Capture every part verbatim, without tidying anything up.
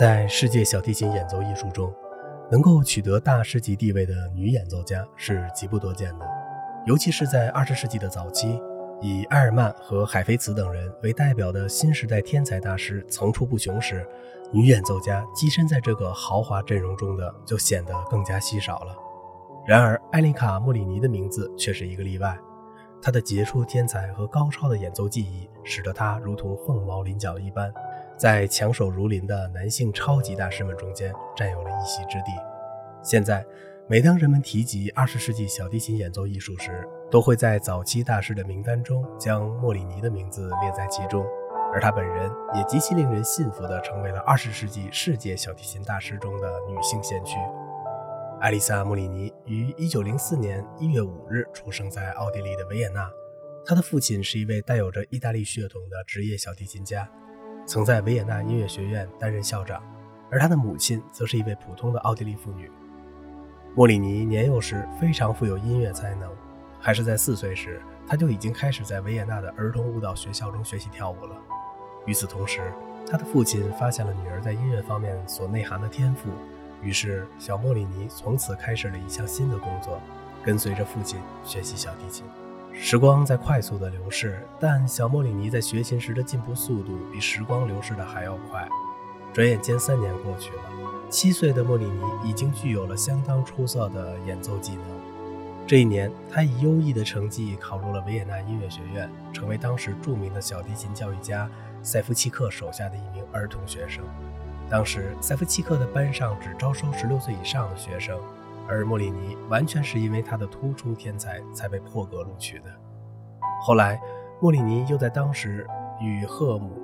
在世界小提琴演奏艺术中，能够取得大师级地位的女演奏家是极不多见的，尤其是在二十世纪的早期，以埃尔曼和海菲茨等人为代表的新时代天才大师层出不穷时，女演奏家跻身在这个豪华阵容中的就显得更加稀少了。然而艾琳卡·莫里尼的名字却是一个例外，她的杰出天才和高超的演奏技艺使得她如同凤毛麟角一般，在强手如林的男性超级大师们中间占有了一席之地。现在每当人们提及二十世纪小提琴演奏艺术时，都会在早期大师的名单中将莫里尼的名字列在其中，而她本人也极其令人信服地成为了二十世纪世界小提琴大师中的女性先驱。艾丽萨·莫里尼于一九零四年一月五日出生在奥地利的维也纳，她的父亲是一位带有着意大利血统的职业小提琴家，曾在维也纳音乐学院担任校长，而她的母亲则是一位普通的奥地利妇女。莫里尼年幼时非常富有音乐才能，还是在四岁时，她就已经开始在维也纳的儿童舞蹈学校中学习跳舞了。与此同时，她的父亲发现了女儿在音乐方面所内涵的天赋，于是小莫里尼从此开始了一项新的工作，跟随着父亲学习小提琴。时光在快速的流逝，但小莫里尼在学琴时的进步速度比时光流逝的还要快。转眼间三年过去了，七岁的莫里尼已经具有了相当出色的演奏技能。这一年，他以优异的成绩考入了维也纳音乐学院，成为当时著名的小提琴教育家塞夫契克手下的一名儿童学生。当时塞夫契克的班上只招收十六岁以上的学生，而莫里尼完全是因为他的突出天才才被破格录取的。后来莫里尼又在当时与赫姆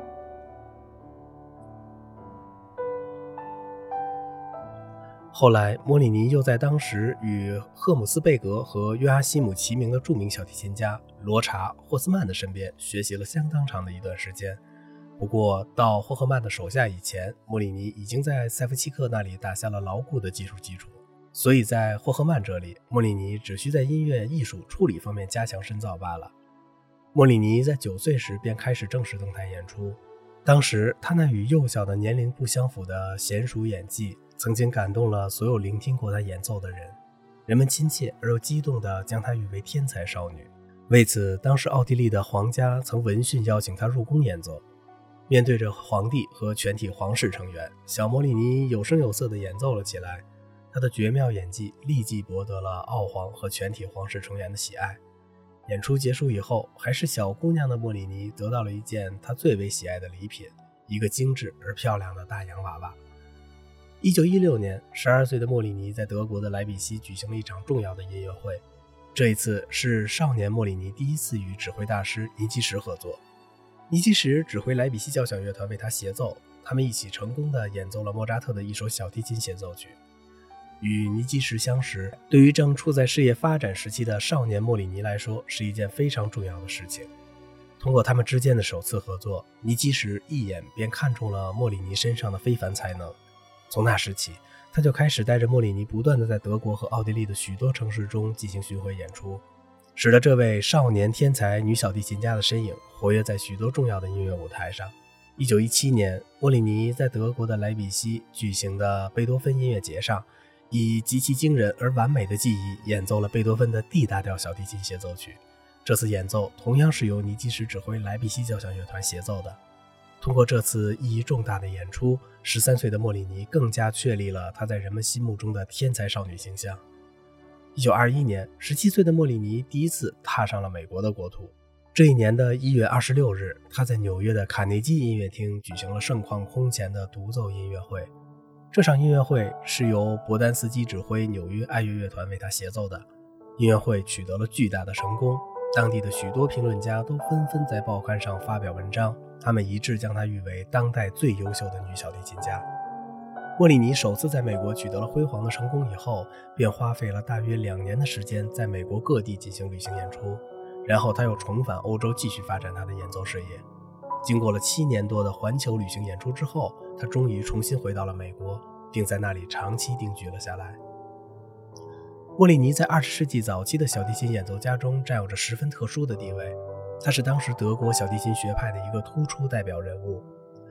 后来莫里尼又在当时与赫姆斯贝格和约阿希姆齐名的著名小提琴家罗查·霍斯曼的身边学习了相当长的一段时间。不过到霍赫曼的手下以前，莫里尼已经在塞夫契克那里打下了牢固的技术基础，所以在霍赫曼这里，莫里尼只需在音乐艺术处理方面加强深造罢了。莫里尼在九岁时便开始正式登台演出，当时他那与幼小的年龄不相符的娴熟演技曾经感动了所有聆听过他演奏的人，人们亲切而又激动地将他誉为天才少女。为此，当时奥地利的皇家曾闻讯邀请他入宫演奏。面对着皇帝和全体皇室成员，小莫里尼有声有色地演奏了起来，他的绝妙演技立即博得了奥皇和全体皇室成员的喜爱。演出结束以后，还是小姑娘的莫里尼得到了一件她最为喜爱的礼品，一个精致而漂亮的大洋娃娃。一九一六年，十二岁的莫里尼在德国的莱比锡举行了一场重要的音乐会，这一次是少年莫里尼第一次与指挥大师尼基什合作。尼基什指挥莱比锡交响乐团为他协奏，他们一起成功地演奏了莫扎特的一首小提琴协奏曲。与尼基什相识，对于正处在事业发展时期的少年莫里尼来说是一件非常重要的事情。通过他们之间的首次合作，尼基什一眼便看中了莫里尼身上的非凡才能。从那时起，他就开始带着莫里尼不断地在德国和奥地利的许多城市中进行巡回演出，使得这位少年天才女小提琴家的身影活跃在许多重要的音乐舞台上。一九一七年，莫里尼在德国的莱比锡举行的贝多芬音乐节上，以极其惊人而完美的技艺演奏了贝多芬的 D 大调小提琴协奏曲。这次演奏同样是由尼基什指挥莱比锡交响乐团协奏的。通过这次意义重大的演出，十三岁的莫里尼更加确立了她在人们心目中的天才少女形象。一九二一年，十七岁的莫里尼第一次踏上了美国的国土。这一年的一月二十六日，他在纽约的卡内基音乐厅举行了盛况空前的独奏音乐会。这场音乐会是由伯丹斯基指挥纽约爱乐乐团为他协奏的。音乐会取得了巨大的成功，当地的许多评论家都纷纷在报刊上发表文章，他们一致将她誉为当代最优秀的女小提琴家。莫里尼首次在美国取得了辉煌的成功以后，便花费了大约两年的时间在美国各地进行旅行演出，然后他又重返欧洲继续发展他的演奏事业。经过了七年多的环球旅行演出之后，他终于重新回到了美国，并在那里长期定居了下来。莫里尼在二十世纪早期的小提琴演奏家中占有着十分特殊的地位，他是当时德国小提琴学派的一个突出代表人物。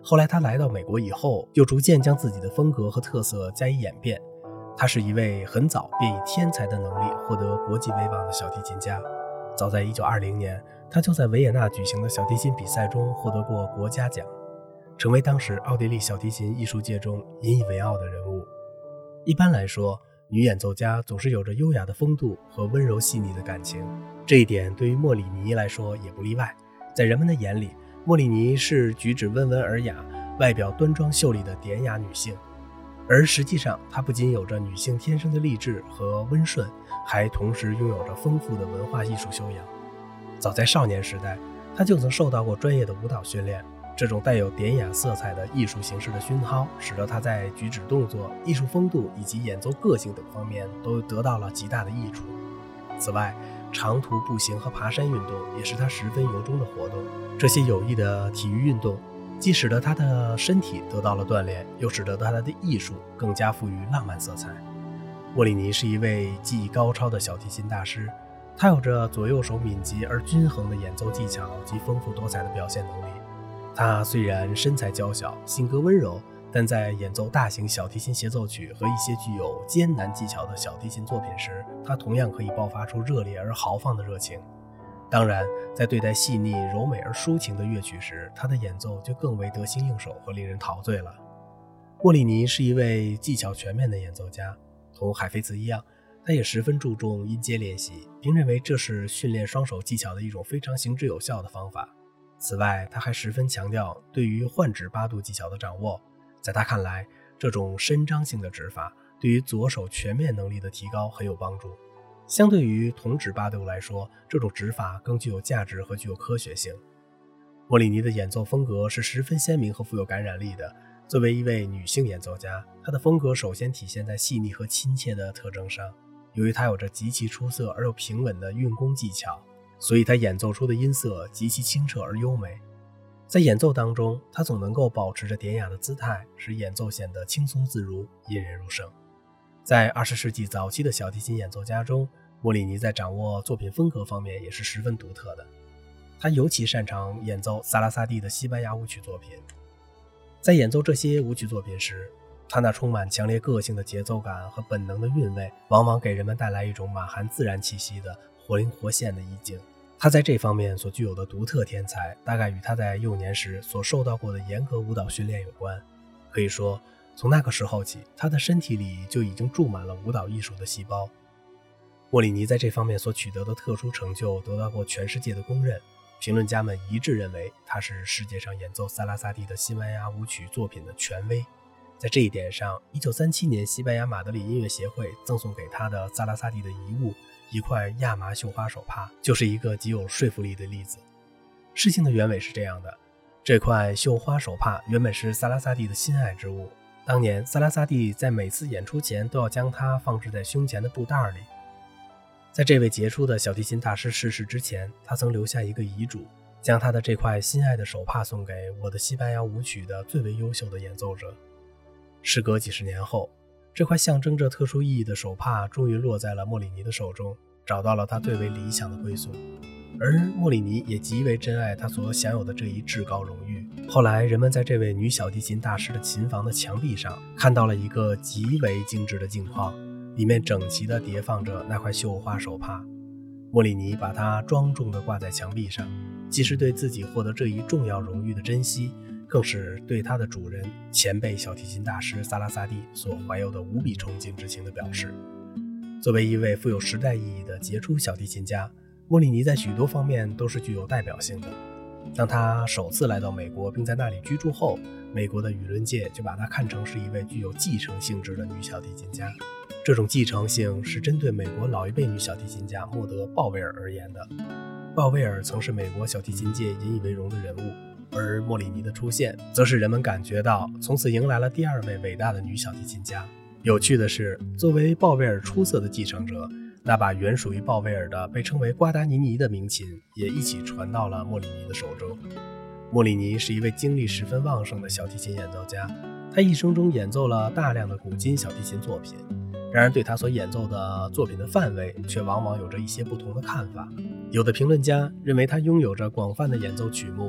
后来他来到美国以后，又逐渐将自己的风格和特色加以演变。他是一位很早便以天才的能力获得国际威望的小提琴家。早在一九二零年，他就在维也纳举行的小提琴比赛中获得过国家奖，成为当时奥地利小提琴艺术界中引以为傲的人物。一般来说，女演奏家总是有着优雅的风度和温柔细腻的感情，这一点对于莫里尼来说也不例外。在人们的眼里，莫里尼是举止温文尔雅、外表端庄秀丽的典雅女性，而实际上她不仅有着女性天生的丽质和温顺，还同时拥有着丰富的文化艺术修养。早在少年时代，她就曾受到过专业的舞蹈训练，这种带有典雅色彩的艺术形式的熏陶，使得她在举止动作、艺术风度以及演奏个性等方面都得到了极大的益处。此外，长途步行和爬山运动也是她十分由衷的活动。这些有益的体育运动既使得她的身体得到了锻炼，又使得她的艺术更加富于浪漫色彩。莫里尼是一位技艺高超的小提琴大师，他有着左右手敏捷而均衡的演奏技巧及丰富多彩的表现能力。他虽然身材娇小，性格温柔，但在演奏大型小提琴协奏曲和一些具有艰难技巧的小提琴作品时，他同样可以爆发出热烈而豪放的热情。当然，在对待细腻、柔美而抒情的乐曲时，他的演奏就更为得心应手和令人陶醉了。莫里尼是一位技巧全面的演奏家，同海菲茨一样，他也十分注重音阶练习，并认为这是训练双手技巧的一种非常行之有效的方法。此外，他还十分强调对于换指八度技巧的掌握。在他看来，这种伸张性的指法对于左手全面能力的提高很有帮助。相对于同指八度来说，这种指法更具有价值和具有科学性。莫里尼的演奏风格是十分鲜明和富有感染力的。作为一位女性演奏家，她的风格首先体现在细腻和亲切的特征上。由于她有着极其出色而又平稳的运弓技巧，所以她演奏出的音色极其清澈而优美。在演奏当中，她总能够保持着典雅的姿态，使演奏显得轻松自如，引人入胜。在二十世纪早期的小提琴演奏家中，莫里尼在掌握作品风格方面也是十分独特的。他尤其擅长演奏萨拉萨蒂的西班牙舞曲作品。在演奏这些舞曲作品时，他那充满强烈个性的节奏感和本能的韵味，往往给人们带来一种满含自然气息的活灵活现的意境。他在这方面所具有的独特天才，大概与他在幼年时所受到过的严格舞蹈训练有关。可以说，从那个时候起，他的身体里就已经注满了舞蹈艺术的细胞。莫里尼在这方面所取得的特殊成就得到过全世界的公认，评论家们一致认为他是世界上演奏萨拉萨蒂的西班牙舞曲作品的权威。在这一点上，一九三七年西班牙马德里音乐协会赠送给他的萨拉萨蒂的遗物，一块亚麻绣花手帕，就是一个极有说服力的例子。事情的原委是这样的，这块绣花手帕原本是萨拉萨蒂的心爱之物，当年萨拉萨蒂在每次演出前都要将它放置在胸前的布袋里。在这位杰出的小提琴大师逝世之前，他曾留下一个遗嘱，将他的这块心爱的手帕送给我的西班牙舞曲的最为优秀的演奏者。时隔几十年后，这块象征着特殊意义的手帕终于落在了莫里尼的手中，找到了他最为理想的归宿。而莫里尼也极为珍爱他所享有的这一至高荣誉。后来人们在这位女小提琴大师的琴房的墙壁上看到了一个极为精致的镜框，里面整齐地叠放着那块绣花手帕。莫里尼把它庄重地挂在墙壁上，既是对自己获得这一重要荣誉的珍惜，更是对他的主人前辈小提琴大师萨拉萨蒂所怀有的无比崇敬之情的表示。作为一位富有时代意义的杰出小提琴家，莫里尼在许多方面都是具有代表性的。当他首次来到美国并在那里居住后，美国的舆论界就把他看成是一位具有继承性质的女小提琴家。这种继承性是针对美国老一辈女小提琴家莫德·鲍威尔而言的。鲍威尔曾是美国小提琴界引以为荣的人物，而莫里尼的出现则使人们感觉到从此迎来了第二位伟大的女小提琴家。有趣的是，作为鲍威尔出色的继承者，那把原属于鲍威尔的被称为瓜达尼尼的名琴也一起传到了莫里尼的手中。莫里尼是一位精力十分旺盛的小提琴演奏家，他一生中演奏了大量的古今小提琴作品，然而对他所演奏的作品的范围却往往有着一些不同的看法。有的评论家认为他拥有着广泛的演奏曲目，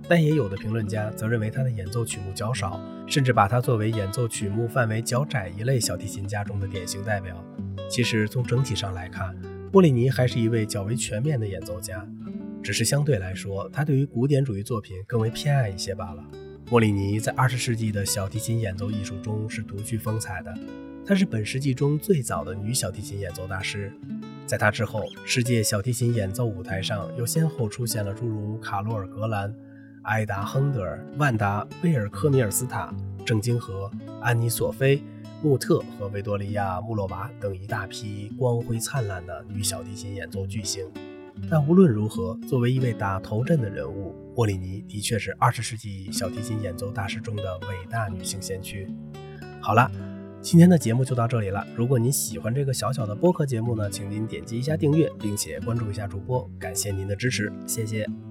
但也有的评论家则认为他的演奏曲目较少，甚至把他作为演奏曲目范围较窄一类小提琴家中的典型代表。其实从整体上来看，莫里尼还是一位较为全面的演奏家，只是相对来说，他对于古典主义作品更为偏爱一些罢了。莫里尼在二十世纪的小提琴演奏艺术中是独具风采的，她是本世纪中最早的女小提琴演奏大师。在她之后，世界小提琴演奏舞台上又先后出现了诸如卡罗尔·格兰、艾达·亨德尔、万达·威尔科米尔斯塔、郑京和、安妮·索菲、穆特和维多利亚·穆洛娃等一大批光辉灿烂的女小提琴演奏巨星。但无论如何，作为一位打头阵的人物，莫里尼的确是二十世纪小提琴演奏大师中的伟大女性先驱。好了，今天的节目就到这里了。如果您喜欢这个小小的播客节目呢，请您点击一下订阅，并且关注一下主播，感谢您的支持，谢谢。